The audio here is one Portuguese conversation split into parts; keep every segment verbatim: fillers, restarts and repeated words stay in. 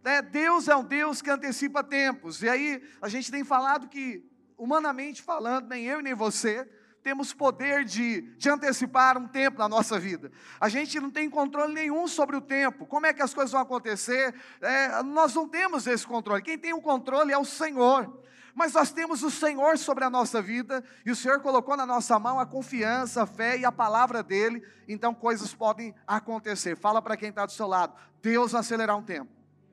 né, Deus é um Deus que antecipa tempos. E aí a gente tem falado que, humanamente falando, nem eu e nem você temos poder de, de antecipar um tempo na nossa vida. A gente não tem controle nenhum sobre o tempo. Como é que as coisas vão acontecer? É, nós não temos esse controle. Quem tem o controle é o Senhor. Mas nós temos o Senhor sobre a nossa vida, e o Senhor colocou na nossa mão a confiança, a fé e a palavra dEle, então coisas podem acontecer. Fala para quem está do seu lado, Deus vai acelerar um tempo.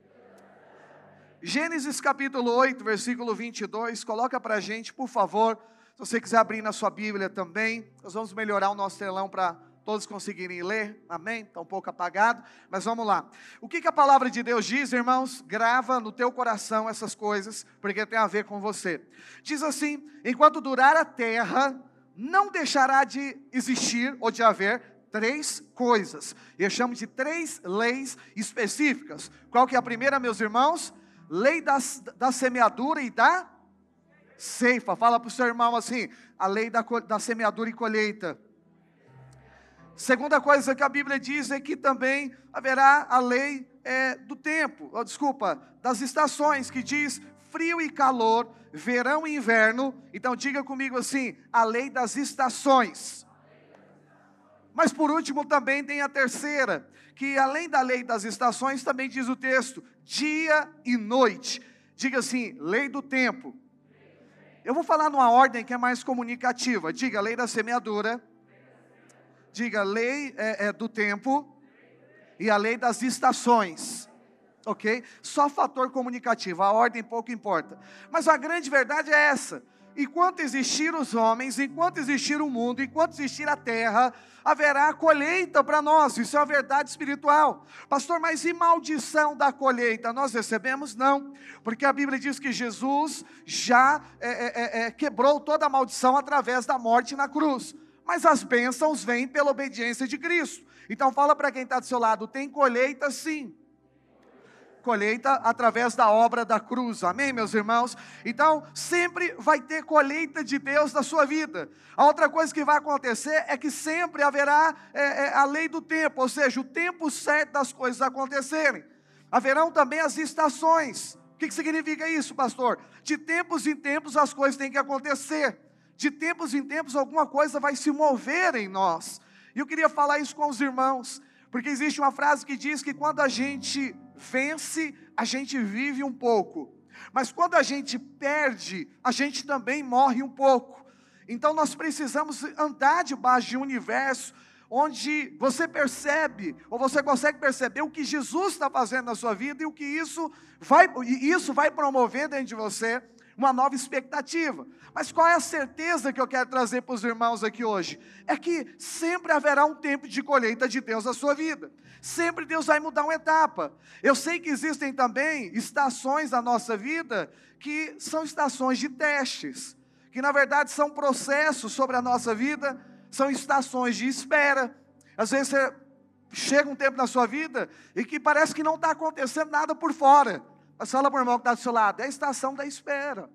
Gênesis capítulo oito, versículo vinte e dois, coloca para a gente, por favor. Se você quiser abrir na sua Bíblia também, nós vamos melhorar o nosso telão para todos conseguirem ler, amém? Está um pouco apagado, mas vamos lá. O que, que a palavra de Deus diz, irmãos? Grava no teu coração essas coisas, porque tem a ver com você. Diz assim: enquanto durar a terra, não deixará de existir ou de haver três coisas. Eu chamo de três leis específicas. Qual que é a primeira, meus irmãos? Lei das, da semeadura e da ceifa. Fala para o seu irmão assim, a lei da, da semeadura e colheita. Segunda coisa que a Bíblia diz é que também haverá a lei é, do tempo, oh, desculpa, das estações, que diz frio e calor, verão e inverno. Então diga comigo assim, a lei das estações. Mas por último também tem a terceira, que além da lei das estações, também diz o texto, dia e noite. Diga assim, lei do tempo. Eu vou falar numa ordem que é mais comunicativa. Diga, lei da semeadura. Diga, lei é, é, do tempo. E a lei das estações. Ok? Só fator comunicativo, a ordem pouco importa. Mas a grande verdade é essa. Enquanto existir os homens, enquanto existir o mundo, enquanto existir a terra, haverá colheita para nós. Isso é uma verdade espiritual. Pastor, mas e maldição da colheita? Nós recebemos? Não. Porque a Bíblia diz que Jesus já é, é, é, quebrou toda a maldição através da morte na cruz. Mas as bênçãos vêm pela obediência de Cristo. Então fala para quem está do seu lado, tem colheita sim. Colheita através da obra da cruz, amém, meus irmãos? Então, sempre vai ter colheita de Deus na sua vida. A outra coisa que vai acontecer é que sempre haverá é, é, a lei do tempo, ou seja, o tempo certo das coisas acontecerem. Haverão também as estações. O que, que significa isso, pastor? De tempos em tempos as coisas têm que acontecer. De tempos em tempos alguma coisa vai se mover em nós. E eu queria falar isso com os irmãos, porque existe uma frase que diz que quando a gente vence, a gente vive um pouco. Mas quando a gente perde, a gente também morre um pouco. Então nós precisamos andar debaixo de um universo onde você percebe, ou você consegue perceber o que Jesus está fazendo na sua vida, e o que isso vai, isso vai promover dentro de você uma nova expectativa. Mas qual é a certeza que eu quero trazer para os irmãos aqui hoje? É que sempre haverá um tempo de colheita de Deus na sua vida. Sempre Deus vai mudar uma etapa. Eu sei que existem também estações na nossa vida que são estações de testes, que na verdade são processos sobre a nossa vida, são estações de espera. Às vezes você chega um tempo na sua vida e que parece que não está acontecendo nada por fora. Mas fala para o irmão que está do seu lado, é a estação da espera.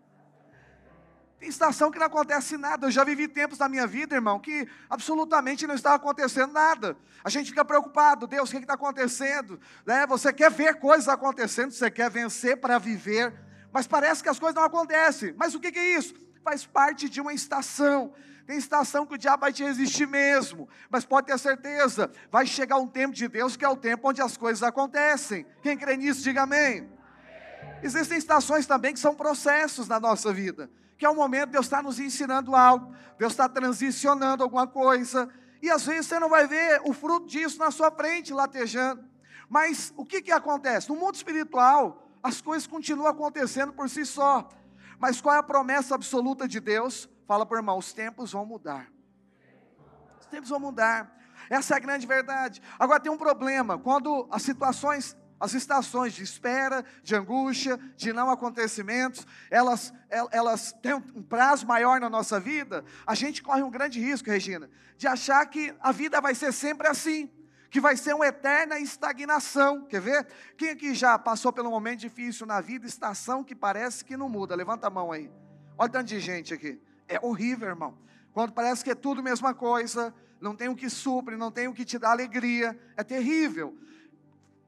Tem estação que não acontece nada. Eu já vivi tempos na minha vida, irmão, que absolutamente não estava acontecendo nada. A gente fica preocupado, Deus, o que está acontecendo? Né? Você quer ver coisas acontecendo, você quer vencer para viver, mas parece que as coisas não acontecem. Mas o que, que é isso? Faz parte de uma estação. Tem estação que o diabo vai te resistir mesmo, mas pode ter certeza, vai chegar um tempo de Deus que é o tempo onde as coisas acontecem. Quem crê nisso, diga amém. Existem estações também que são processos na nossa vida, que é um momento de Deus está nos ensinando algo, Deus está transicionando alguma coisa, e às vezes você não vai ver o fruto disso na sua frente, latejando. Mas o que que acontece? No mundo espiritual, as coisas continuam acontecendo por si só. Mas qual é a promessa absoluta de Deus? Fala para o irmão, os tempos vão mudar. Os tempos vão mudar. Essa é a grande verdade. Agora tem um problema, quando as situações, as estações de espera, de angústia, de não acontecimentos, elas, elas têm um prazo maior na nossa vida, a gente corre um grande risco, Regina, de achar que a vida vai ser sempre assim, que vai ser uma eterna estagnação. Quer ver? Quem aqui já passou por um momento difícil na vida, estação que parece que não muda? Levanta a mão aí. Olha o tanto de gente aqui. É horrível, irmão. Quando parece que é tudo a mesma coisa, não tem o que supre, não tem o que te dá alegria, é terrível.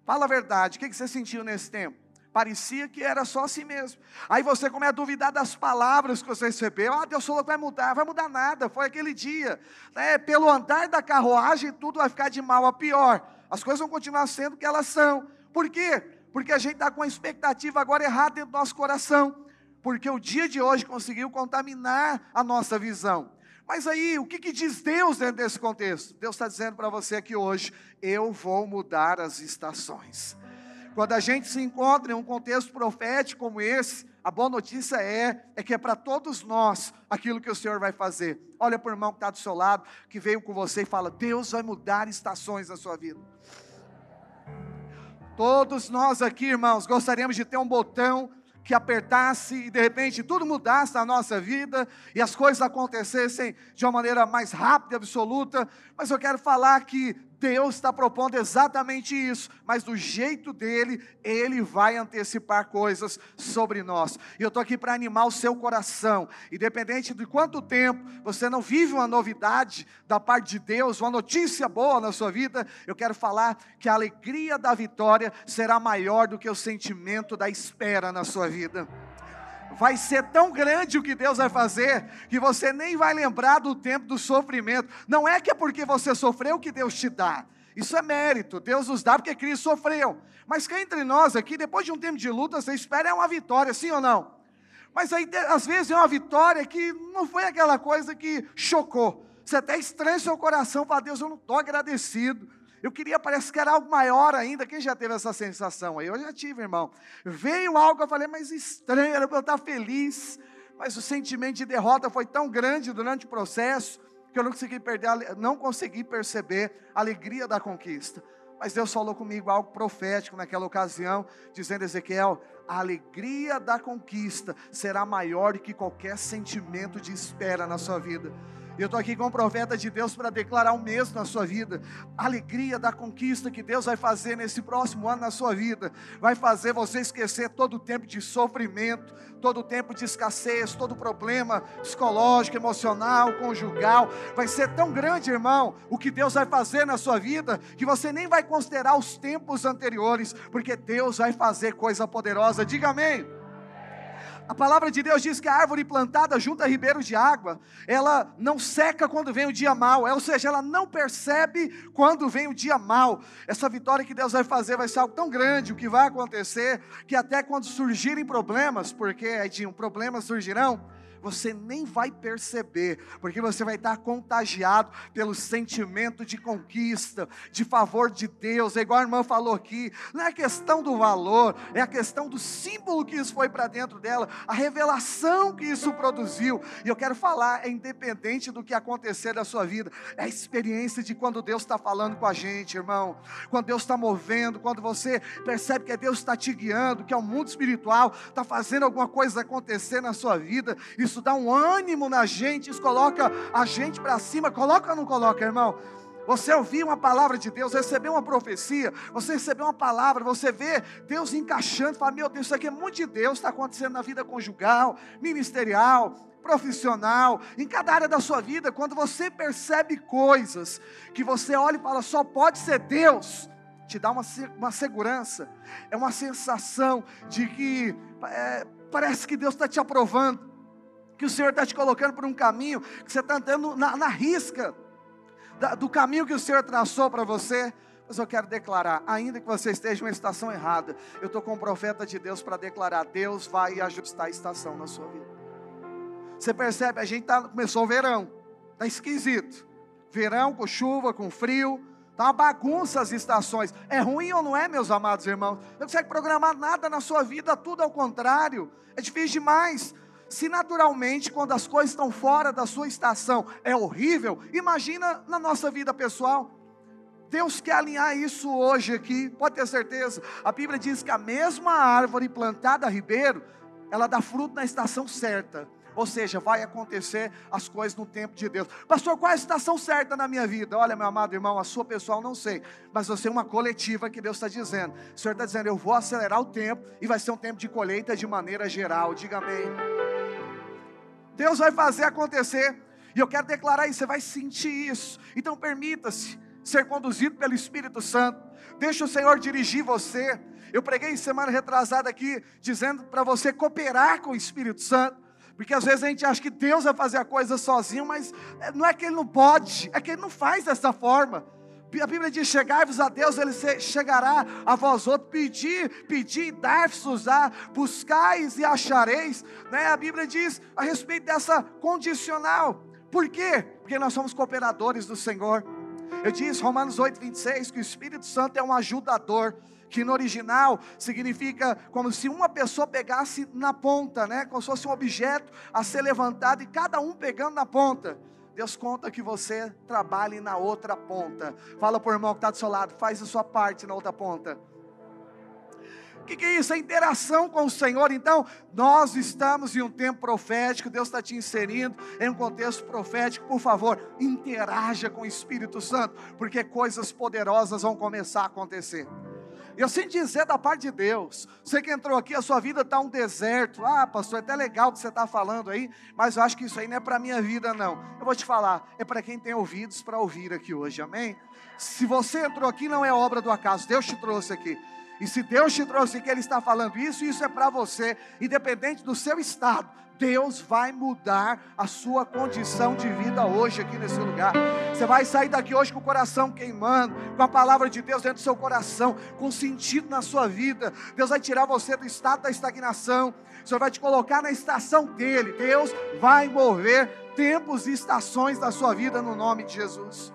Fala a verdade, o que você sentiu nesse tempo? Parecia que era só assim mesmo. Aí você começa a duvidar das palavras que você recebeu. Ah, Deus falou que vai mudar. Vai mudar nada, foi aquele dia. É, pelo andar da carruagem, tudo vai ficar de mal a pior. As coisas vão continuar sendo o que elas são. Por quê? Porque a gente está com a expectativa agora errada dentro do nosso coração. Porque o dia de hoje conseguiu contaminar a nossa visão. Mas aí, o que, que diz Deus dentro desse contexto? Deus está dizendo para você aqui hoje, eu vou mudar as estações. Quando a gente se encontra em um contexto profético como esse, a boa notícia é, é que é para todos nós aquilo que o Senhor vai fazer. Olha para o irmão que está do seu lado, que veio com você e fala, Deus vai mudar estações na sua vida. Todos nós aqui, irmãos, gostaríamos de ter um botão que apertasse e de repente tudo mudasse na nossa vida e as coisas acontecessem de uma maneira mais rápida e absoluta, mas eu quero falar que Deus está propondo exatamente isso, mas do jeito dele, Ele vai antecipar coisas sobre nós. E eu estou aqui para animar o seu coração, independente de quanto tempo você não vive uma novidade da parte de Deus, uma notícia boa na sua vida, eu quero falar que a alegria da vitória será maior do que o sentimento da espera na sua vida. Vai ser tão grande o que Deus vai fazer, que você nem vai lembrar do tempo do sofrimento. Não é que é porque você sofreu que Deus te dá. Isso é mérito, Deus nos dá porque Cristo sofreu. Mas que entre nós aqui, depois de um tempo de luta, você espera é uma vitória, sim ou não? Mas aí, às vezes, é uma vitória que não foi aquela coisa que chocou. Você até estranha o seu coração, fala, Deus, eu não estou agradecido. Eu queria, parece que era algo maior ainda. Quem já teve essa sensação aí? Eu já tive, irmão. Veio algo, eu falei, mas estranho, era para eu estar feliz. Mas o sentimento de derrota foi tão grande durante o processo, que eu não consegui, perder, não consegui perceber a alegria da conquista. Mas Deus falou comigo algo profético naquela ocasião, dizendo, Ezequiel, a alegria da conquista será maior do que qualquer sentimento de espera na sua vida. E eu estou aqui com um profeta de Deus para declarar o mesmo na sua vida. A alegria da conquista que Deus vai fazer nesse próximo ano na sua vida, vai fazer você esquecer todo o tempo de sofrimento, todo o tempo de escassez, todo o problema psicológico, emocional, conjugal. Vai ser tão grande, irmão, o que Deus vai fazer na sua vida, que você nem vai considerar os tempos anteriores, porque Deus vai fazer coisa poderosa. Diga amém. A palavra de Deus diz que a árvore plantada junto a ribeiros de água, ela não seca quando vem o dia mau, ou seja, ela não percebe quando vem o dia mau. Essa vitória que Deus vai fazer vai ser algo tão grande, o que vai acontecer, que até quando surgirem problemas, porque, Edinho, problemas surgirão, você nem vai perceber, porque você vai estar contagiado pelo sentimento de conquista, de favor de Deus. É igual a irmã falou aqui, não é a questão do valor, é a questão do símbolo que isso foi para dentro dela, a revelação que isso produziu. E eu quero falar, é independente do que acontecer na sua vida, é a experiência de quando Deus está falando com a gente, irmão, quando Deus está movendo, quando você percebe que Deus está te guiando, que é o mundo espiritual, está fazendo alguma coisa acontecer na sua vida. Isso Isso dá um ânimo na gente, isso coloca a gente para cima. Coloca ou não coloca, irmão? Você ouviu uma palavra de Deus, recebeu uma profecia, você recebeu uma palavra, você vê Deus encaixando, fala, meu Deus, isso aqui é muito de Deus, está acontecendo na vida conjugal, ministerial, profissional, em cada área da sua vida. Quando você percebe coisas que você olha e fala, só pode ser Deus, te dá uma, uma segurança, é uma sensação de que é, parece que Deus está te aprovando, que o Senhor está te colocando por um caminho, que você está andando na, na risca da, do caminho que o Senhor traçou para você. Mas eu quero declarar, ainda que você esteja em uma estação errada, eu estou com um profeta de Deus para declarar, Deus vai ajustar a estação na sua vida. Você percebe, a gente tá, começou o verão, está esquisito, verão com chuva, com frio, está uma bagunça as estações. É ruim ou não é, meus amados irmãos? Você não consegue programar nada na sua vida, tudo ao contrário, é difícil demais. Se naturalmente, quando as coisas estão fora da sua estação, é horrível, imagina na nossa vida pessoal. Deus quer alinhar isso hoje aqui, pode ter certeza. A Bíblia diz que a mesma árvore plantada a ribeiro, ela dá fruto na estação certa. Ou seja, vai acontecer as coisas no tempo de Deus. Pastor, qual é a estação certa na minha vida? Olha, meu amado irmão, a sua pessoal não sei, mas você é uma coletiva que Deus está dizendo. O Senhor está dizendo, eu vou acelerar o tempo, e vai ser um tempo de colheita de maneira geral. Diga amém. Deus vai fazer acontecer, e eu quero declarar isso, você vai sentir isso. Então permita-se, ser conduzido pelo Espírito Santo. Deixa o Senhor dirigir você. Eu preguei semana retrasada aqui, dizendo para você cooperar com o Espírito Santo. Porque às vezes a gente acha que Deus vai fazer a coisa sozinho, mas não é que Ele não pode, é que Ele não faz dessa forma. A Bíblia diz, chegai-vos a Deus, Ele chegará a vós outros, pedir, pedir e dar-vos-á, buscais e achareis, né? A Bíblia diz a respeito dessa condicional. Por quê? Porque nós somos cooperadores do Senhor. Eu disse, Romanos oito, vinte e seis, que o Espírito Santo é um ajudador, que no original significa como se uma pessoa pegasse na ponta, né? Como se fosse um objeto a ser levantado e cada um pegando na ponta. Deus conta que você trabalhe na outra ponta. Fala para o irmão que está do seu lado, faz a sua parte na outra ponta. O que, que é isso? A interação com o Senhor. Então, nós estamos em um tempo profético, Deus está te inserindo em um contexto profético. Por favor, interaja com o Espírito Santo, porque coisas poderosas vão começar a acontecer. Eu sinto dizer da parte de Deus, você que entrou aqui, a sua vida está um deserto. Ah, pastor, é até legal o que você está falando aí, mas eu acho que isso aí não é para a minha vida não. Eu vou te falar, é para quem tem ouvidos para ouvir aqui hoje, amém? Se você entrou aqui, não é obra do acaso, Deus te trouxe aqui. E se Deus te trouxe aqui, Ele está falando isso, isso é para você, independente do seu estado. Deus vai mudar a sua condição de vida hoje aqui nesse lugar. Você vai sair daqui hoje com o coração queimando, com a palavra de Deus dentro do seu coração, com sentido na sua vida. Deus vai tirar você do estado da estagnação, o Senhor vai te colocar na estação dEle. Deus vai mover tempos e estações da sua vida no nome de Jesus.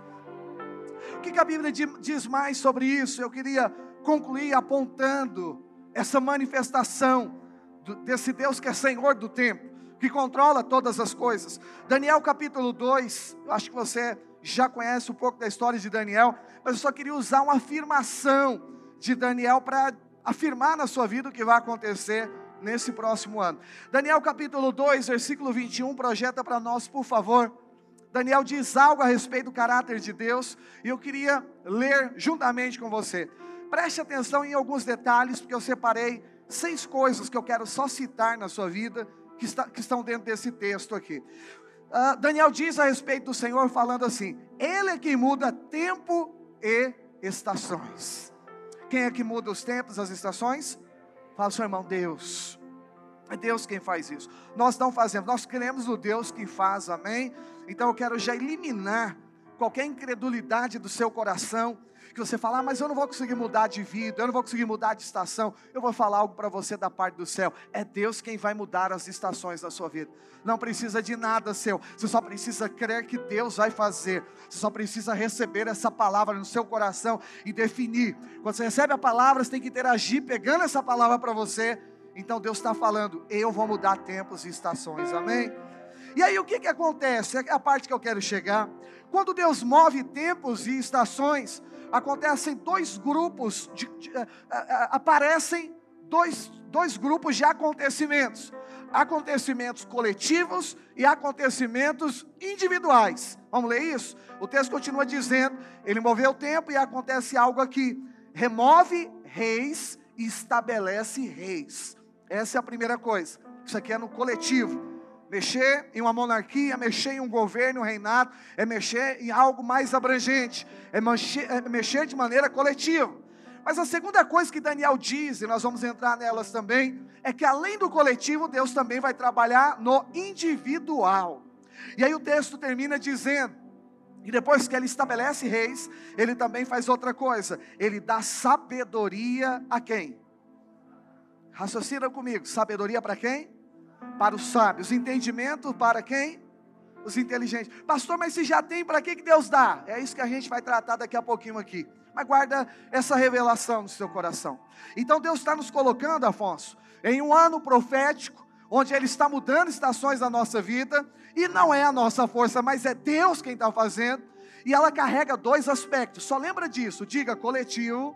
O que, que a Bíblia diz mais sobre isso? Eu queria concluir apontando essa manifestação desse Deus que é Senhor do tempo, que controla todas as coisas. Daniel capítulo dois, eu acho que você já conhece um pouco da história de Daniel, mas eu só queria usar uma afirmação de Daniel para afirmar na sua vida o que vai acontecer nesse próximo ano. Daniel capítulo dois, versículo vinte e um, projeta para nós, por favor. Daniel diz algo a respeito do caráter de Deus, e eu queria ler juntamente com você. Preste atenção em alguns detalhes, porque eu separei seis coisas que eu quero só citar na sua vida, que, está, que estão dentro desse texto aqui. Uh, Daniel diz a respeito do Senhor, falando assim, Ele é quem muda tempo e estações. Quem é que muda os tempos, as estações? Fala, seu irmão, Deus. É Deus quem faz isso. Nós não fazemos, nós cremos no Deus que faz, amém? Então eu quero já eliminar qualquer incredulidade do seu coração, que você fala, ah, mas eu não vou conseguir mudar de vida, eu não vou conseguir mudar de estação. Eu vou falar algo para você da parte do céu. É Deus quem vai mudar as estações da sua vida. Não precisa de nada seu, você só precisa crer que Deus vai fazer. Você só precisa receber essa palavra no seu coração e definir. Quando você recebe a palavra, você tem que interagir pegando essa palavra para você. Então Deus está falando, eu vou mudar tempos e estações, amém? E aí o que, que acontece? É a parte que eu quero chegar. Quando Deus move tempos e estações, acontecem dois grupos, de, de, uh, uh, uh, aparecem dois, dois grupos de acontecimentos. Acontecimentos coletivos e acontecimentos individuais. Vamos ler isso? O texto continua dizendo, Ele moveu o tempo e acontece algo aqui. Remove reis e estabelece reis. Essa é a primeira coisa. Isso aqui é no coletivo. Mexer em uma monarquia, mexer em um governo, um reinado, é mexer em algo mais abrangente, é mexer, é mexer de maneira coletiva. Mas a segunda coisa que Daniel diz, e nós vamos entrar nelas também, é que além do coletivo, Deus também vai trabalhar no individual. E aí o texto termina dizendo, e depois que Ele estabelece reis, Ele também faz outra coisa, Ele dá sabedoria a quem? Raciocina comigo, sabedoria para quem? Para os sábios. Entendimento para quem? Os inteligentes. Pastor, mas se já tem, para que que Deus dá? É isso que a gente vai tratar daqui a pouquinho aqui. Mas guarda essa revelação no seu coração. Então Deus está nos colocando, Afonso, em um ano profético, onde Ele está mudando estações da nossa vida, e não é a nossa força, mas é Deus quem está fazendo, e ela carrega dois aspectos. Só lembra disso, diga coletivo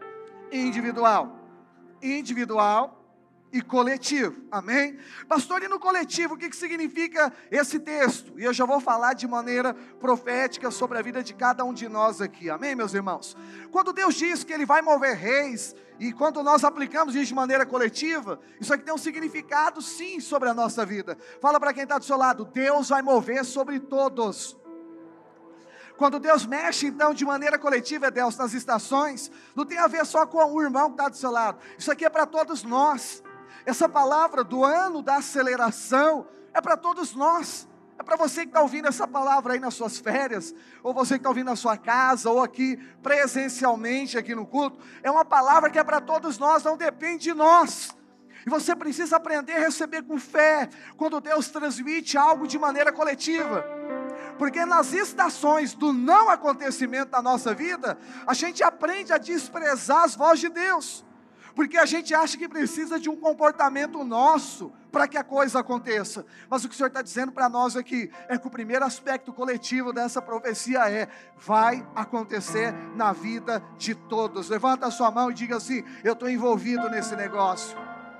e individual. Individual e coletivo, amém? Pastor, e no coletivo, o que, que significa esse texto? E eu já vou falar de maneira profética sobre a vida de cada um de nós aqui, amém, meus irmãos? Quando Deus diz que Ele vai mover reis, e quando nós aplicamos isso de maneira coletiva, isso aqui tem um significado sim sobre a nossa vida. Fala para quem está do seu lado, Deus vai mover sobre todos. Quando Deus mexe então de maneira coletiva, Deus, nas estações, não tem a ver só com o irmão que está do seu lado, isso aqui é para todos nós. Essa palavra do ano da aceleração é para todos nós. É para você que está ouvindo essa palavra aí nas suas férias, ou você que está ouvindo na sua casa, ou aqui presencialmente aqui no culto. É uma palavra que é para todos nós, não depende de nós. E você precisa aprender a receber com fé, quando Deus transmite algo de maneira coletiva. Porque nas estações do não acontecimento da nossa vida, a gente aprende a desprezar as vozes de Deus. Porque a gente acha que precisa de um comportamento nosso para que a coisa aconteça. Mas o que o Senhor está dizendo para nós aqui é que o primeiro aspecto coletivo dessa profecia é: vai acontecer na vida de todos. Levanta a sua mão e diga assim: eu estou envolvido nesse negócio.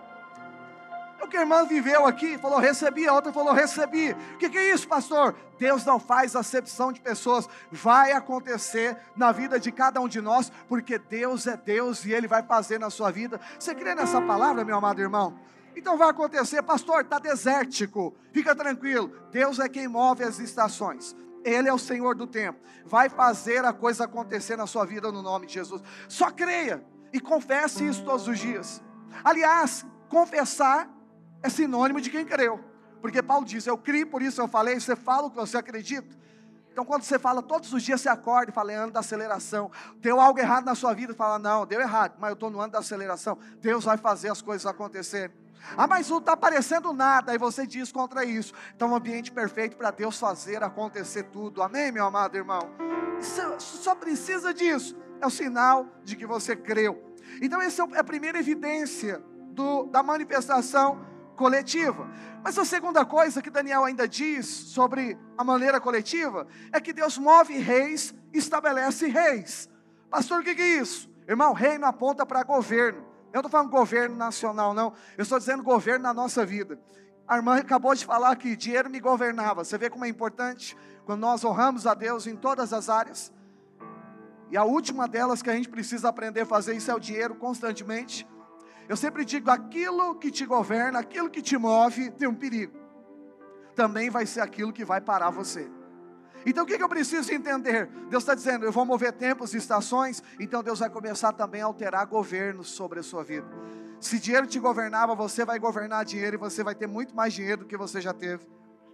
O que a irmã viveu aqui, falou recebi, a outra falou recebi. O que, que é isso, pastor? Deus não faz acepção de pessoas. Vai acontecer na vida de cada um de nós, porque Deus é Deus e Ele vai fazer na sua vida. Você crê nessa palavra, meu amado irmão? Então vai acontecer. Pastor, está desértico, fica tranquilo, Deus é quem move as estações. Ele é o Senhor do tempo. Vai fazer a coisa acontecer na sua vida no nome de Jesus. Só creia e confesse isso todos os dias. Aliás, confessar é sinônimo de quem creu, porque Paulo diz: eu criei, por isso eu falei. Você fala o que você acredita. Então quando você fala todos os dias, você acorda e fala: é ano da aceleração. Deu algo errado na sua vida, fala: não, deu errado, mas eu estou no ano da aceleração. Deus vai fazer as coisas acontecerem. Ah, mas não está aparecendo nada. Aí você diz contra isso. Então, um ambiente perfeito para Deus fazer acontecer tudo. Amém, meu amado irmão? Isso, só precisa disso. É o sinal de que você creu. Então essa é a primeira evidência do, da manifestação coletiva. Mas a segunda coisa que Daniel ainda diz sobre a maneira coletiva é que Deus move reis, estabelece reis. Pastor, o que é isso? Irmão, reino aponta para governo. Eu não estou falando governo nacional, não. Eu estou dizendo governo na nossa vida. A irmã acabou de falar que dinheiro me governava. Você vê como é importante quando nós honramos a Deus em todas as áreas. E a última delas que a gente precisa aprender a fazer isso é o dinheiro constantemente. Eu sempre digo: aquilo que te governa, aquilo que te move, tem um perigo. Também vai ser aquilo que vai parar você. Então o que eu preciso entender? Deus está dizendo: eu vou mover tempos e estações. Então Deus vai começar também a alterar governos sobre a sua vida. Se dinheiro te governava, você vai governar dinheiro, e você vai ter muito mais dinheiro do que você já teve.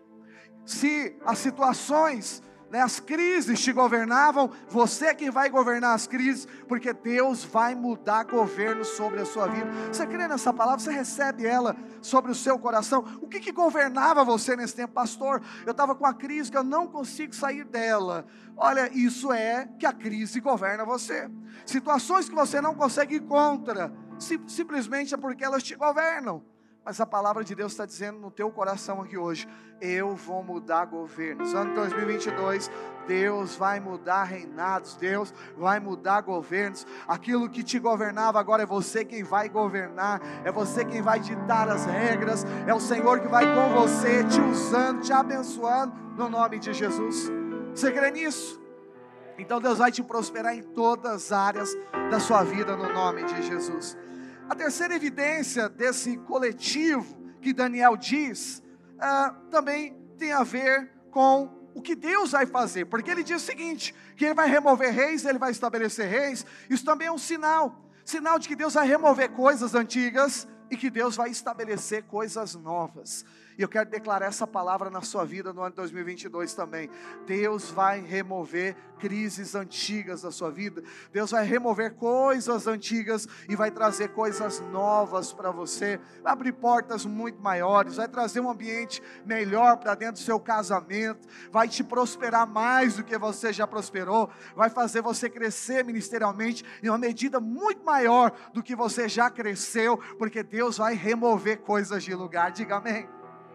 Se as situações, né, as crises te governavam, você é quem vai governar as crises, porque Deus vai mudar governo sobre a sua vida. Você crê nessa palavra? Você recebe ela sobre o seu coração? O que, que governava você nesse tempo? Pastor, eu estava com a crise que eu não consigo sair dela. Olha, isso é que a crise governa você. Situações que você não consegue ir contra, sim, simplesmente é porque elas te governam. Mas a palavra de Deus está dizendo no teu coração aqui hoje: eu vou mudar governos. Ano dois mil e vinte e dois, Deus vai mudar reinados, Deus vai mudar governos. Aquilo que te governava agora é você quem vai governar, é você quem vai ditar as regras, é o Senhor que vai com você, te usando, te abençoando, no nome de Jesus. Você crê nisso? Então Deus vai te prosperar em todas as áreas da sua vida, no nome de Jesus. A terceira evidência desse coletivo que Daniel diz, ah, também tem a ver com o que Deus vai fazer, porque ele diz o seguinte, que ele vai remover reis, ele vai estabelecer reis. Isso também é um sinal, sinal de que Deus vai remover coisas antigas e que Deus vai estabelecer coisas novas. E eu quero declarar essa palavra na sua vida no ano de dois mil e vinte e dois também. Deus vai remover crises antigas da sua vida. Deus vai remover coisas antigas e vai trazer coisas novas para você. Vai abrir portas muito maiores, vai trazer um ambiente melhor para dentro do seu casamento. Vai te prosperar mais do que você já prosperou. Vai fazer você crescer ministerialmente em uma medida muito maior do que você já cresceu, porque Deus vai remover coisas de lugar. Diga amém.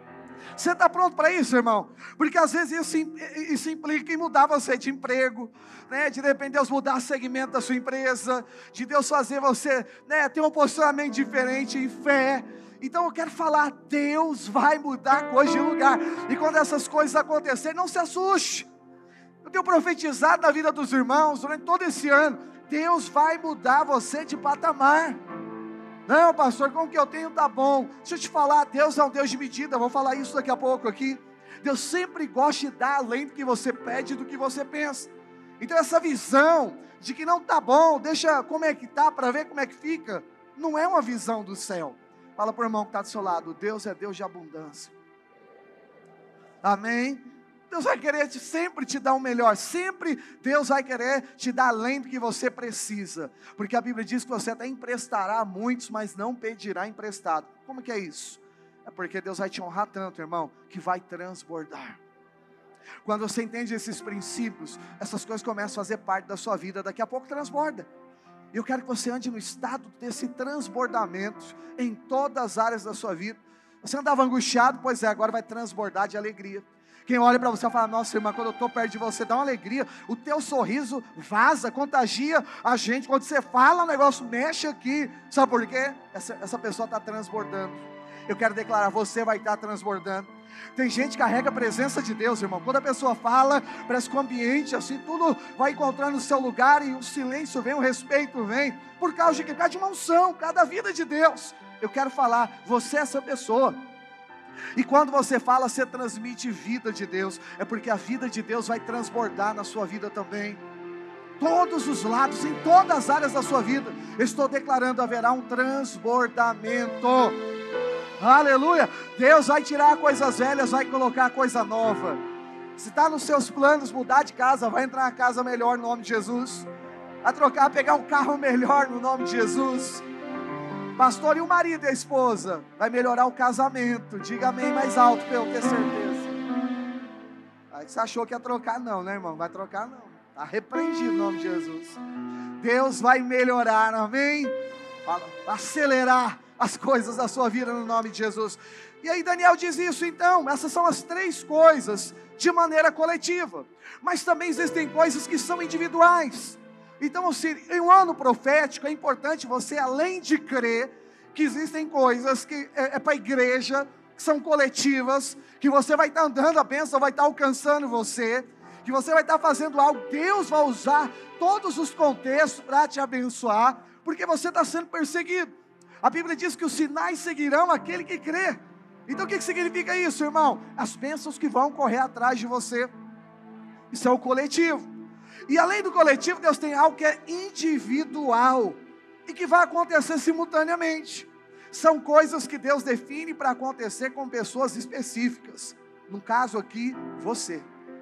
Você está pronto para isso, irmão? Porque às vezes isso, isso implica em mudar você de emprego, né? De repente Deus mudar o segmento da sua empresa, de Deus fazer você, né, ter um posicionamento diferente em fé. Então eu quero falar, Deus vai mudar coisas de lugar. E quando essas coisas acontecerem, não se assuste. Eu tenho profetizado na vida dos irmãos durante todo esse ano, Deus vai mudar você de patamar. Não, pastor, como que eu tenho, tá bom. Deixa eu te falar, Deus é um Deus de medida. Vou falar isso daqui a pouco aqui. Deus sempre gosta de dar além do que você pede e do que você pensa. Então essa visão de que não está bom, deixa como é que está para ver como é que fica, não é uma visão do céu. Fala para o irmão que está do seu lado, Deus é Deus de abundância. Amém? Deus vai querer te, sempre te dar o melhor, sempre Deus vai querer te dar além do que você precisa, porque a Bíblia diz que você até emprestará a muitos, mas não pedirá emprestado. Como que é isso? É porque Deus vai te honrar tanto, irmão, que vai transbordar. Quando você entende esses princípios, essas coisas começam a fazer parte da sua vida, daqui a pouco transborda. E eu quero que você ande no estado desse transbordamento, em todas as áreas da sua vida. Você andava angustiado, pois é, agora vai transbordar de alegria. Quem olha para você e fala, nossa irmã, quando eu estou perto de você, dá uma alegria, o teu sorriso vaza, contagia a gente, quando você fala, o negócio mexe aqui, sabe por quê? Essa, essa pessoa está transbordando. Eu quero declarar, você vai estar transbordando. Tem gente que carrega a presença de Deus, irmão. Quando a pessoa fala, parece que o ambiente, assim, tudo vai encontrando o seu lugar, e o silêncio vem, o respeito vem, por causa de que? Por causa de uma unção, cada vida de Deus. Eu quero falar, você é essa pessoa. E quando você fala, você transmite vida de Deus, é porque a vida de Deus vai transbordar na sua vida também. Todos os lados, em todas as áreas da sua vida, eu estou declarando, haverá um transbordamento. Aleluia, Deus vai tirar coisas velhas, vai colocar coisa nova. Se está nos seus planos mudar de casa, vai entrar na casa melhor no nome de Jesus. Vai trocar, pegar um carro melhor no nome de Jesus. Pastor, e o marido e a esposa? Vai melhorar o casamento. Diga amém mais alto para eu ter certeza. Aí você achou que ia trocar, não, né, irmão? Vai trocar, não. Está repreendido no nome de Jesus. Deus vai melhorar, amém? Vai acelerar as coisas da sua vida no nome de Jesus. E aí Daniel diz isso, então, essas são as três coisas de maneira coletiva, mas também existem coisas que são individuais. Então, assim, em um ano profético é importante você, além de crer que existem coisas que é, é para a igreja, que são coletivas, que você vai estar andando, a bênção vai estar alcançando você, que você vai estar fazendo algo, Deus vai usar todos os contextos para te abençoar, porque você está sendo perseguido. A Bíblia diz que os sinais seguirão aquele que crê. Então o que significa isso, irmão? As bênçãos que vão correr atrás de você. Isso é o coletivo. E além do coletivo, Deus tem algo que é individual e que vai acontecer simultaneamente. São coisas que Deus define para acontecer com pessoas específicas. No caso aqui, você.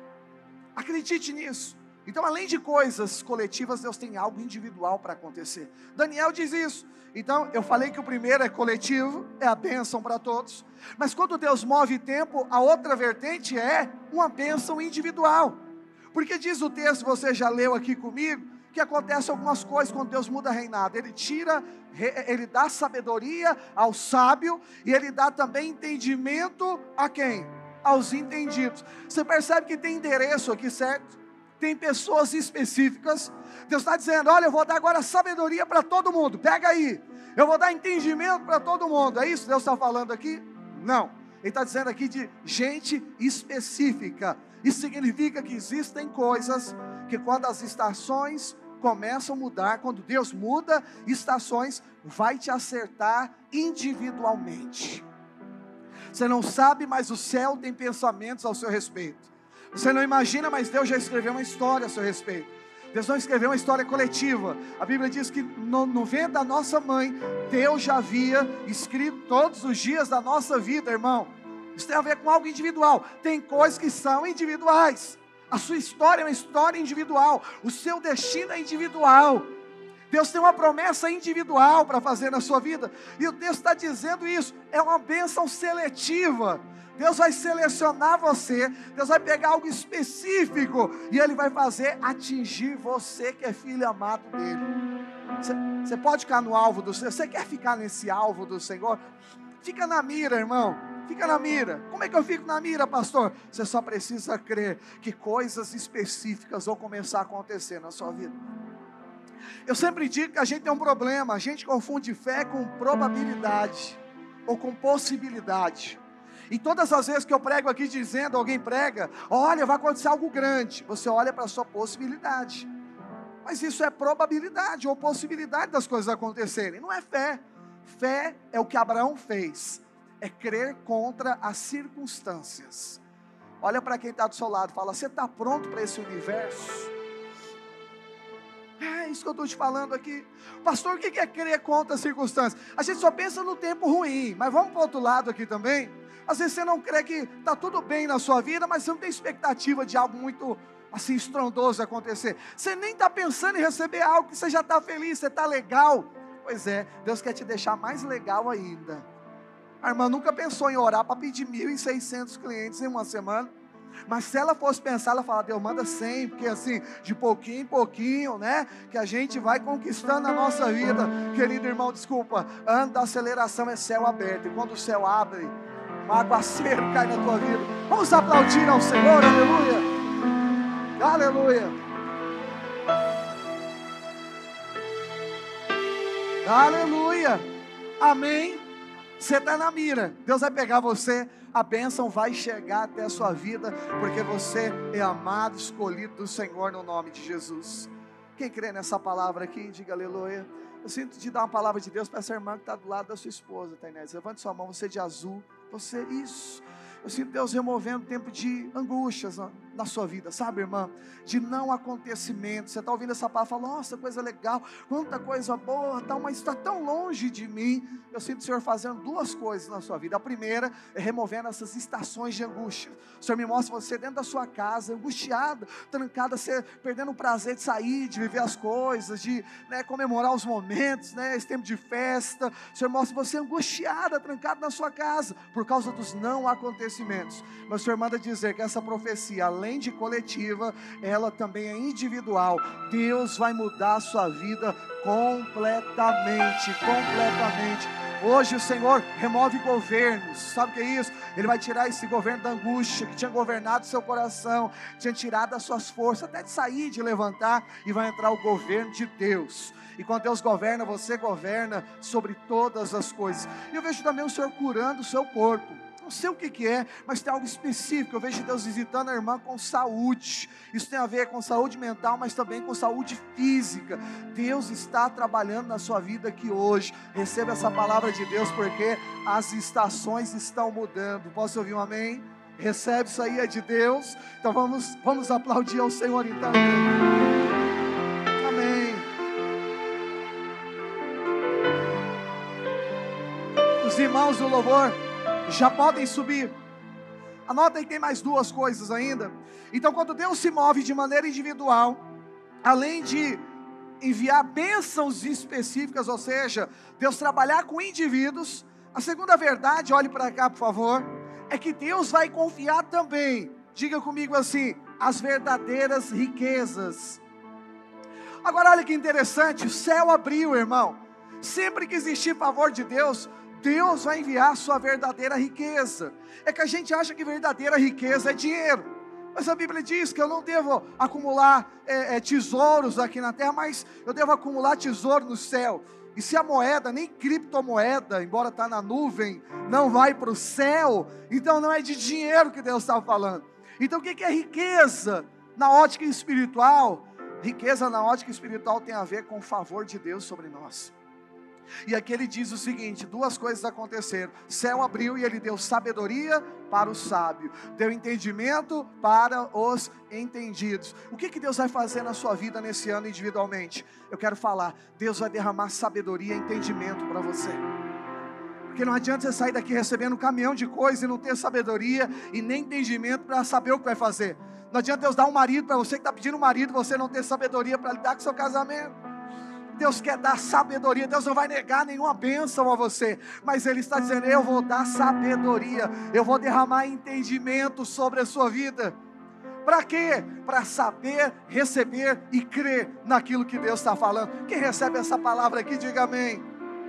Acredite nisso. Então, além de coisas coletivas, Deus tem algo individual para acontecer. Daniel diz isso. Então, eu falei que o primeiro é coletivo, é a bênção para todos. Mas quando Deus move tempo, a outra vertente é uma bênção individual. Porque diz o texto, você já leu aqui comigo, que acontece algumas coisas quando Deus muda reinado. Ele tira, ele dá sabedoria ao sábio, e ele dá também entendimento a quem? Aos entendidos. Você percebe que tem endereço aqui, certo? Tem pessoas específicas. Deus está dizendo, olha, eu vou dar agora sabedoria para todo mundo, pega aí. Eu vou dar entendimento para todo mundo. É isso que Deus está falando aqui? Não. Ele está dizendo aqui de gente específica. Isso significa que existem coisas que quando as estações começam a mudar, quando Deus muda estações, vai te acertar individualmente. Você não sabe, mas o céu tem pensamentos ao seu respeito. Você não imagina, mas Deus já escreveu uma história a seu respeito. Deus não escreveu uma história coletiva. A Bíblia diz que no, no ventre da nossa mãe, Deus já havia escrito todos os dias da nossa vida, irmão. Isso tem a ver com algo individual. Tem coisas que são individuais. A sua história é uma história individual. O seu destino é individual. Deus tem uma promessa individual para fazer na sua vida. E o texto está dizendo isso. É uma bênção seletiva. Deus vai selecionar você, Deus vai pegar algo específico, e Ele vai fazer atingir você que é filho amado dEle. Você, você pode ficar no alvo do Senhor, você quer ficar nesse alvo do Senhor? Fica na mira, irmão, fica na mira. Como é que eu fico na mira, pastor? Você só precisa crer que coisas específicas vão começar a acontecer na sua vida. Eu sempre digo que a gente tem um problema, a gente confunde fé com probabilidade, ou com possibilidade. E todas as vezes que eu prego aqui dizendo, alguém prega, olha, vai acontecer algo grande, você olha para a sua possibilidade. Mas isso é probabilidade ou possibilidade das coisas acontecerem, não é fé. Fé é o que Abraão fez, é crer contra as circunstâncias. Olha para quem está do seu lado, fala, você está pronto para esse universo? é isso que eu estou te falando aqui. Pastor, o que é crer contra as circunstâncias? A gente só pensa no tempo ruim, mas vamos para o outro lado aqui também. Às vezes você não crê que está tudo bem na sua vida, mas você não tem expectativa de algo muito assim estrondoso acontecer. Você nem está pensando em receber algo, que você já está feliz, você está legal. Pois é, Deus quer te deixar mais legal ainda. A irmã nunca pensou em orar para pedir mil e seiscentos clientes em uma semana. Mas se ela fosse pensar, ela fala, Deus, manda cem, porque assim, de pouquinho em pouquinho, né, que a gente vai conquistando a nossa vida. Querido irmão, desculpa, ano da aceleração é céu aberto, e quando o céu abre, um aguaceiro cai na tua vida. Vamos aplaudir ao Senhor, aleluia, aleluia, aleluia, amém. Você está na mira, Deus vai pegar você, a bênção vai chegar até a sua vida, porque você é amado, escolhido do Senhor no nome de Jesus. Quem crê nessa palavra aqui, diga aleluia. Eu sinto de dar uma palavra de Deus para essa irmã que está do lado da sua esposa, tá, Inês? Levante sua mão, você de azul, você, isso. Eu sinto Deus removendo tempo de angústias na, na sua vida, sabe, irmã? De não acontecimento. Você está ouvindo essa palavra, fala, nossa, coisa legal, quanta coisa boa, tal, mas está tão longe de mim. Eu sinto o Senhor fazendo duas coisas na sua vida. A primeira é removendo essas estações de angústia. O Senhor me mostra você dentro da sua casa, angustiada, trancada, você perdendo o prazer de sair, de viver as coisas, de, né, comemorar os momentos, né, esse tempo de festa. O Senhor mostra você angustiada, trancada na sua casa, por causa dos não acontecimentos. Mas o Senhor manda dizer que essa profecia, além de coletiva, ela também é individual. Deus vai mudar a sua vida completamente, completamente. Hoje o Senhor remove governos, sabe o que é isso? Ele vai tirar esse governo da angústia, que tinha governado seu coração, tinha tirado as suas forças, até de sair, de levantar, e vai entrar o governo de Deus. E quando Deus governa, você governa sobre todas as coisas. E eu vejo também o Senhor curando o seu corpo. Não sei o que que é, mas tem algo específico. Eu vejo Deus visitando a irmã com saúde. Isso tem a ver com saúde mental, mas também com saúde física. Deus está trabalhando na sua vida aqui hoje. Receba essa palavra de Deus, porque as estações estão mudando. Posso ouvir um amém? Recebe, isso aí é de Deus. Então vamos, vamos aplaudir ao Senhor então. Amém. Os irmãos do louvor já podem subir. Anota aí que tem mais duas coisas ainda. Então, quando Deus se move de maneira individual, além de enviar bênçãos específicas, ou seja, Deus trabalhar com indivíduos, a segunda verdade, olhe para cá por favor, é que Deus vai confiar também, diga comigo assim, as verdadeiras riquezas. Agora olha que interessante, o céu abriu, irmão. Sempre que existir favor de Deus, Deus vai enviar a sua verdadeira riqueza. É que a gente acha que verdadeira riqueza é dinheiro, mas a Bíblia diz que eu não devo acumular é, é, tesouros aqui na terra, mas eu devo acumular tesouro no céu. E se a moeda, nem criptomoeda, embora está na nuvem, não vai para o céu, então não é de dinheiro que Deus está falando. Então o que é riqueza na ótica espiritual? Riqueza na ótica espiritual tem a ver com o favor de Deus sobre nós. E aqui ele diz o seguinte, duas coisas aconteceram, céu abriu e ele deu sabedoria para o sábio, deu entendimento para os entendidos. O que que Deus vai fazer na sua vida nesse ano individualmente? Eu quero falar, Deus vai derramar sabedoria e entendimento para você. Porque não adianta você sair daqui recebendo um caminhão de coisas e não ter sabedoria e nem entendimento para saber o que vai fazer. Não adianta Deus dar um marido para você que está pedindo um marido, você não ter sabedoria para lidar com o seu casamento. Deus quer dar sabedoria, Deus não vai negar nenhuma bênção a você, mas Ele está dizendo, eu vou dar sabedoria, eu vou derramar entendimento sobre a sua vida. Para quê? Para saber, receber e crer naquilo que Deus está falando. Quem recebe essa palavra aqui, diga amém.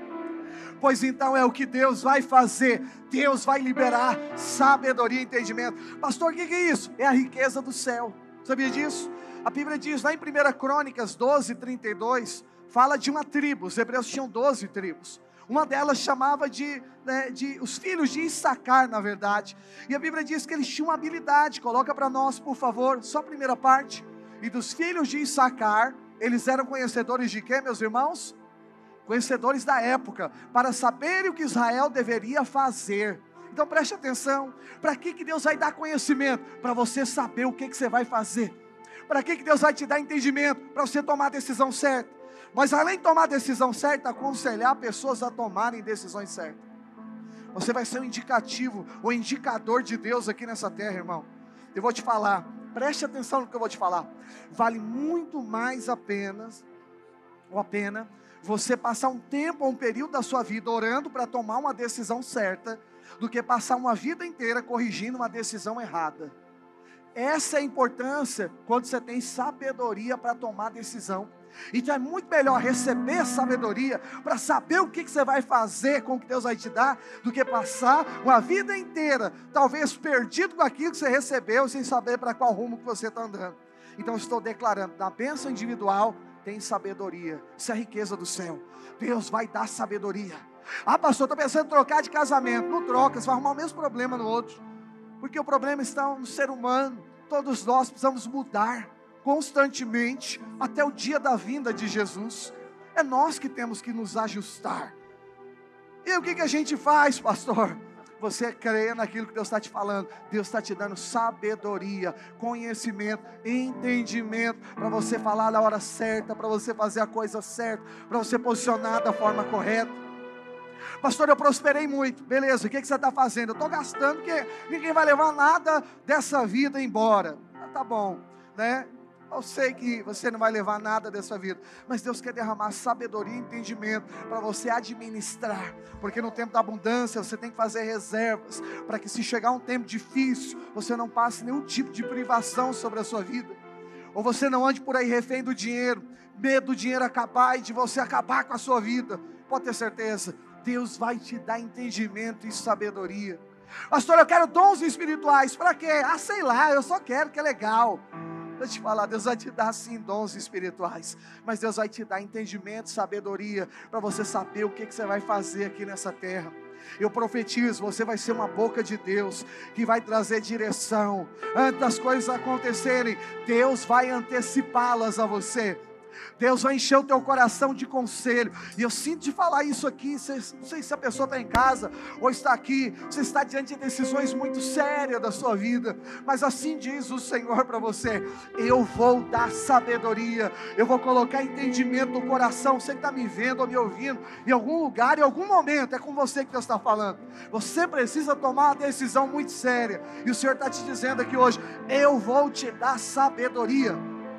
Pois então é o que Deus vai fazer, Deus vai liberar sabedoria e entendimento. Pastor, o que é isso? É a riqueza do céu, sabia disso? A Bíblia diz lá em primeira Crônicas doze, trinta e dois, fala de uma tribo, os hebreus tinham doze tribos, uma delas chamava de, né, de os filhos de Issacar, na verdade, e a Bíblia diz que eles tinham uma habilidade, coloca para nós por favor, só a primeira parte, e dos filhos de Issacar, eles eram conhecedores de quê, meus irmãos? Conhecedores da época, para saberem o que Israel deveria fazer. Então preste atenção, para que que Deus vai dar conhecimento? Para você saber o que que você vai fazer. Para que que Deus vai te dar entendimento? Para você tomar a decisão certa. Mas além de tomar a decisão certa, aconselhar pessoas a tomarem decisões certas. Você vai ser o indicativo, o indicador de Deus aqui nessa terra, irmão. Eu vou te falar, preste atenção no que eu vou te falar. Vale muito mais a pena, ou a pena, você passar um tempo, ou um período da sua vida orando para tomar uma decisão certa, do que passar uma vida inteira corrigindo uma decisão errada. Essa é a importância quando você tem sabedoria para tomar decisão. Então é muito melhor receber sabedoria para saber o que, que você vai fazer com o que Deus vai te dar, do que passar uma vida inteira, talvez perdido com aquilo que você recebeu, sem saber para qual rumo que você está andando. Então eu estou declarando, na bênção individual tem sabedoria. Isso é a riqueza do céu. Deus vai dar sabedoria. Ah, pastor, estou pensando em trocar de casamento. Não troca, você vai arrumar o mesmo problema no outro. Porque o problema está no ser humano. Todos nós precisamos mudar constantemente até o dia da vinda de Jesus. É nós que temos que nos ajustar. E o que, que a gente faz, pastor? Você crê naquilo que Deus está te falando. Deus está te dando sabedoria, conhecimento, entendimento, para você falar na hora certa, para você fazer a coisa certa, para você posicionar da forma correta. Pastor, eu prosperei muito. Beleza, o que, que você está fazendo? Eu estou gastando, porque ninguém vai levar nada dessa vida embora. Ah, tá bom, né? Eu sei que você não vai levar nada dessa vida, mas Deus quer derramar sabedoria e entendimento para você administrar, porque no tempo da abundância você tem que fazer reservas, para que se chegar um tempo difícil, você não passe nenhum tipo de privação sobre a sua vida, ou você não ande por aí refém do dinheiro, medo do dinheiro acabar e de você acabar com a sua vida. Pode ter certeza, Deus vai te dar entendimento e sabedoria. Pastor, eu quero dons espirituais, para quê? Ah, sei lá, eu só quero, que é legal. Deixa eu te falar, Deus vai te dar sim dons espirituais, mas Deus vai te dar entendimento, sabedoria, para você saber o que, que você vai fazer aqui nessa terra. Eu profetizo, você vai ser uma boca de Deus, que vai trazer direção. Antes das coisas acontecerem, Deus vai antecipá-las a você. Deus vai encher o teu coração de conselho. E eu sinto de falar isso aqui. Não sei se a pessoa está em casa ou está aqui. Você está diante de decisões muito sérias da sua vida. Mas assim diz o Senhor para você: eu vou dar sabedoria. Eu vou colocar entendimento no coração. Você que está me vendo ou me ouvindo em algum lugar, em algum momento, é com você que Deus está falando. Você precisa tomar uma decisão muito séria. E o Senhor está te dizendo aqui hoje: eu vou te dar sabedoria.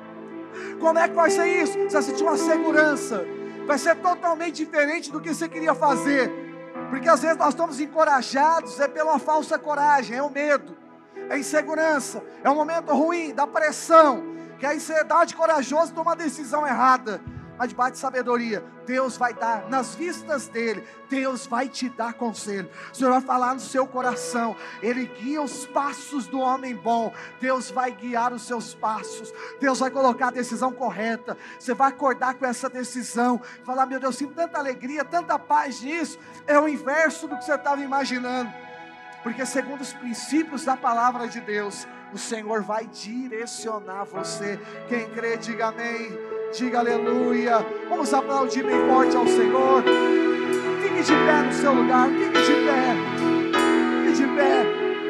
Como é que vai ser isso? Você vai sentir uma segurança. Vai ser totalmente diferente do que você queria fazer. Porque às vezes nós estamos encorajados, é pela falsa coragem, é o medo, é a insegurança, é um momento ruim, da pressão, que aí você dá de corajoso e toma uma decisão errada. Mas debaixo de sabedoria, Deus vai dar, nas vistas dEle, Deus vai te dar conselho. O Senhor vai falar no seu coração. Ele guia os passos do homem bom. Deus vai guiar os seus passos. Deus vai colocar a decisão correta. Você vai acordar com essa decisão, falar: meu Deus, sinto tanta alegria, tanta paz nisso. É o inverso do que você estava imaginando. Porque segundo os princípios da palavra de Deus, o Senhor vai direcionar você. Quem crê, diga amém. Diga aleluia. Vamos aplaudir bem forte ao Senhor. Fique de pé no seu lugar. Fique de pé. Fique de pé.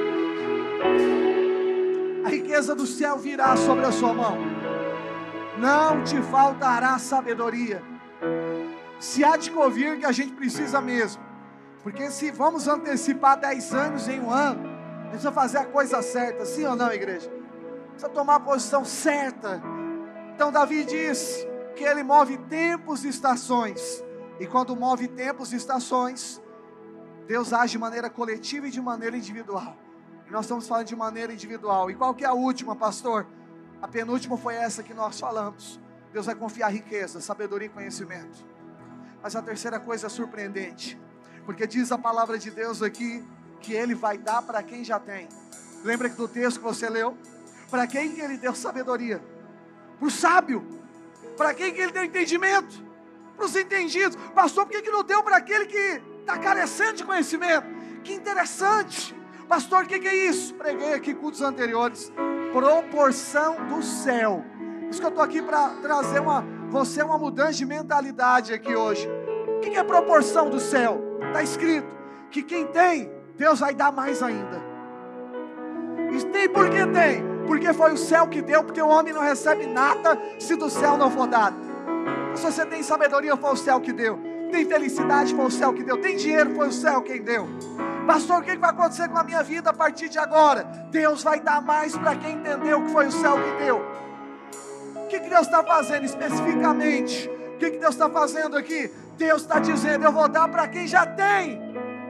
A riqueza do céu virá sobre a sua mão. Não te faltará sabedoria. Se há de ouvir que a gente precisa mesmo. Porque se vamos antecipar dez anos em um ano, a gente precisa fazer a coisa certa. Sim ou não, igreja? Precisa tomar a posição certa. Então Davi diz que ele move tempos e estações. E quando move tempos e estações, Deus age de maneira coletiva e de maneira individual. E nós estamos falando de maneira individual. E qual que é a última, pastor? A penúltima foi essa que nós falamos. Deus vai confiar riqueza, sabedoria e conhecimento. Mas a terceira coisa é surpreendente. Porque diz a palavra de Deus aqui que Ele vai dar para quem já tem. Lembra do texto que você leu? Para quem que Ele deu sabedoria? Para o sábio. Para quem que Ele deu entendimento? Para os entendidos. Pastor, por que que não deu para aquele que está carecendo de conhecimento? Que interessante. Pastor, o que que é isso? Preguei aqui cultos anteriores. Proporção do céu. Por isso que eu estou aqui para trazer uma, você uma mudança de mentalidade aqui hoje. O que que é proporção do céu? Está escrito que quem tem, Deus vai dar mais ainda. E tem, por que tem? Porque foi o céu que deu, porque o homem não recebe nada se do céu não for dado. Se você tem sabedoria, foi o céu que deu. Tem felicidade, foi o céu que deu. Tem dinheiro, foi o céu quem deu. Pastor, o que vai acontecer com a minha vida a partir de agora? Deus vai dar mais para quem entendeu que foi o céu que deu. O que Deus está fazendo especificamente? O que Deus está fazendo aqui? Deus está dizendo, eu vou dar para quem já tem.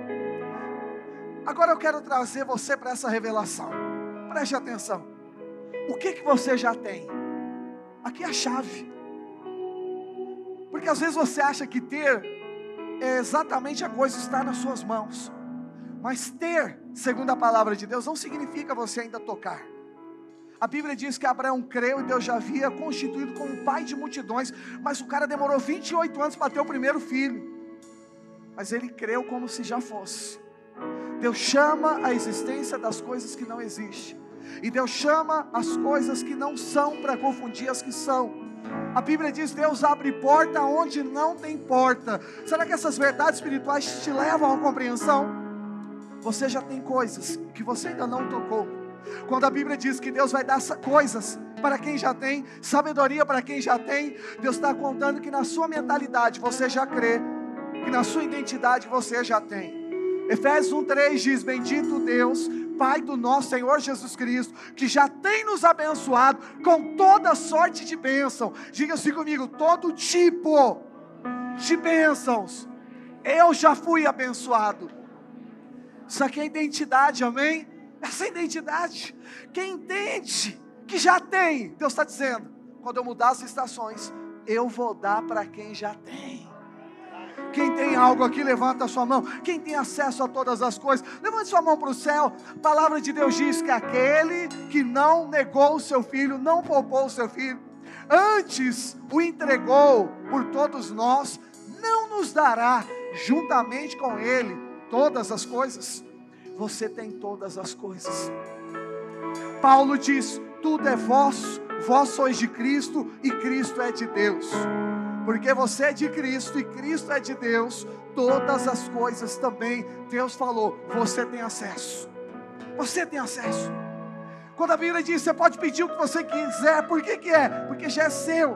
Agora eu quero trazer você para essa revelação. Preste atenção. O que que você já tem? Aqui é a chave. Porque às vezes você acha que ter é exatamente a coisa estar nas suas mãos. Mas ter, segundo a palavra de Deus, não significa você ainda tocar. A Bíblia diz que Abraão creu e Deus já havia constituído como pai de multidões. Mas o cara demorou vinte e oito anos para ter o primeiro filho. Mas ele creu como se já fosse. Deus chama a existência das coisas que não existem. E Deus chama as coisas que não são para confundir as que são. A Bíblia diz, Deus abre porta onde não tem porta. Será que essas verdades espirituais te levam à compreensão? Você já tem coisas que você ainda não tocou. Quando a Bíblia diz que Deus vai dar coisas para quem já tem, sabedoria para quem já tem, Deus está contando que na sua mentalidade você já crê, que na sua identidade você já tem. Efésios um, três diz, bendito Deus, Pai do nosso Senhor Jesus Cristo, que já tem nos abençoado com toda sorte de bênção. Diga assim comigo, todo tipo de bênçãos. Eu já fui abençoado. Isso aqui é identidade, amém? Essa é identidade. Quem entende que já tem, Deus está dizendo, quando eu mudar as estações, eu vou dar para quem já tem. Quem tem algo aqui, levanta a sua mão. Quem tem acesso a todas as coisas, levante sua mão para o céu. A palavra de Deus diz que aquele que não negou o seu filho, não poupou o seu filho, antes o entregou por todos nós, não nos dará juntamente com ele todas as coisas? Você tem todas as coisas. Paulo diz, tudo é vosso, vós sois de Cristo e Cristo é de Deus. Porque você é de Cristo e Cristo é de Deus, todas as coisas também, Deus falou, você tem acesso. Você tem acesso. Quando a Bíblia diz, você pode pedir o que você quiser, por que que é? Porque já é seu.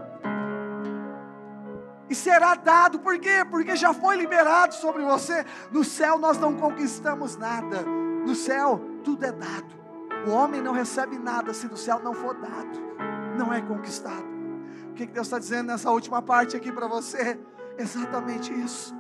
E será dado, por quê? Porque já foi liberado sobre você. No céu nós não conquistamos nada. No céu tudo é dado. O homem não recebe nada se do céu não for dado. Não é conquistado. O que Deus está dizendo nessa última parte aqui para você? Exatamente isso.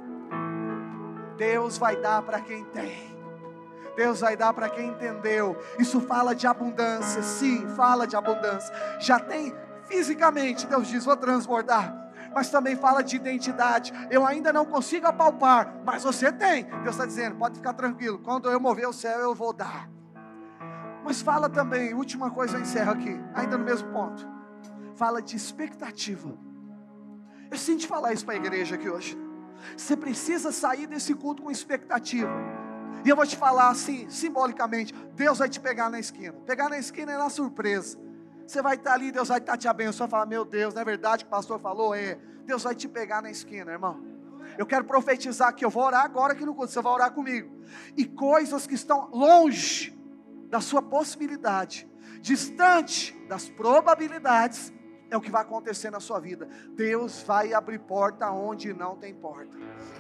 Deus vai dar para quem tem. Deus vai dar para quem entendeu. Isso fala de abundância. Sim, fala de abundância. Já tem fisicamente, Deus diz, vou transbordar. Mas também fala de identidade. Eu ainda não consigo apalpar, mas você tem. Deus está dizendo, pode ficar tranquilo. Quando eu mover o céu, eu vou dar. Mas fala também, última coisa eu encerro aqui, ainda no mesmo ponto. Fala de expectativa. Eu sinto falar isso para a igreja aqui hoje. Você precisa sair desse culto com expectativa. E eu vou te falar assim, simbolicamente, Deus vai te pegar na esquina. Pegar na esquina é na surpresa. Você vai estar ali, Deus vai estar te abençoando. Falar, meu Deus, não é verdade que o pastor falou? É, Deus vai te pegar na esquina, irmão. Eu quero profetizar que eu vou orar agora aqui no culto. Você vai orar comigo. E coisas que estão longe da sua possibilidade, distante das probabilidades, é o que vai acontecer na sua vida. Deus vai abrir porta onde não tem porta.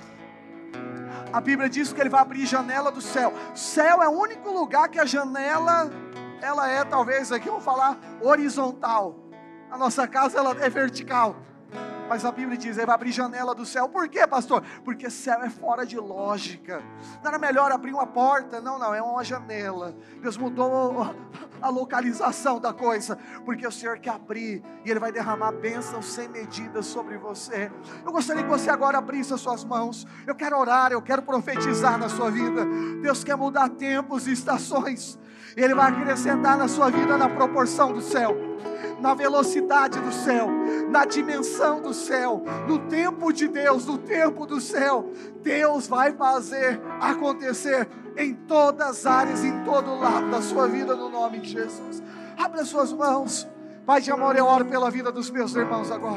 A Bíblia diz que Ele vai abrir janela do céu. Céu é o único lugar que a janela, ela é talvez aqui, vamos falar, horizontal. A nossa casa ela é vertical. Mas a Bíblia diz, Ele vai abrir janela do céu. Por quê, pastor? Porque céu é fora de lógica. Não era melhor abrir uma porta? Não, não, é uma janela. Deus mudou a localização da coisa, porque o Senhor quer abrir, e Ele vai derramar bênçãos sem medida sobre você. Eu gostaria que você agora abrisse as suas mãos. Eu quero orar, eu quero profetizar na sua vida. Deus quer mudar tempos e estações. Ele vai acrescentar na sua vida na proporção do céu, na velocidade do céu, na dimensão do céu, no tempo de Deus, no tempo do céu. Deus vai fazer acontecer em todas as áreas, em todo lado da sua vida, no nome de Jesus. Abra as suas mãos. Pai de amor, eu oro pela vida dos meus irmãos agora.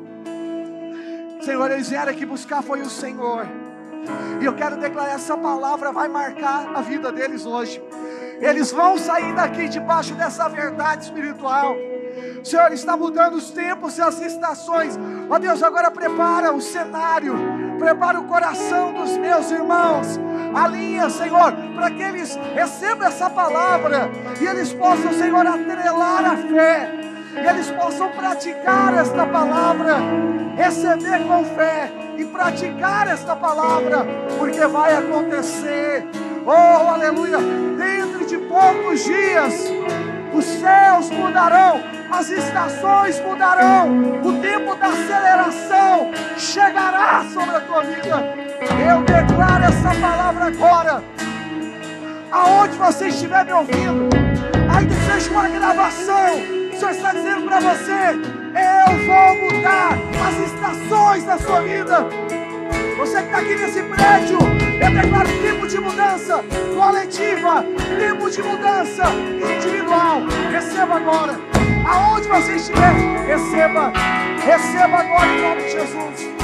Senhor, eles vieram aqui buscar foi o Senhor. E eu quero declarar, essa palavra vai marcar a vida deles hoje. eles vão sair daqui debaixo dessa verdade espiritual. O Senhor está mudando os tempos e as estações. Ó Deus, agora prepara o cenário, prepara o coração dos meus irmãos. Alinha, Senhor, para que eles recebam essa palavra e eles possam, Senhor, atrelar a fé, e eles possam praticar esta palavra, receber com fé e praticar esta palavra, porque vai acontecer. Oh, aleluia! Dentro de poucos dias os céus mudarão, as estações mudarão, o tempo da aceleração chegará sobre a tua vida. Eu declaro essa palavra agora, aonde você estiver me ouvindo, ainda seja uma gravação, o Senhor está dizendo para você: eu vou mudar as estações da sua vida. Você que está aqui nesse prédio, eu declaro tempo de mudança coletiva, tempo de mudança individual. Receba agora, aonde você estiver, receba, receba agora em nome de Jesus.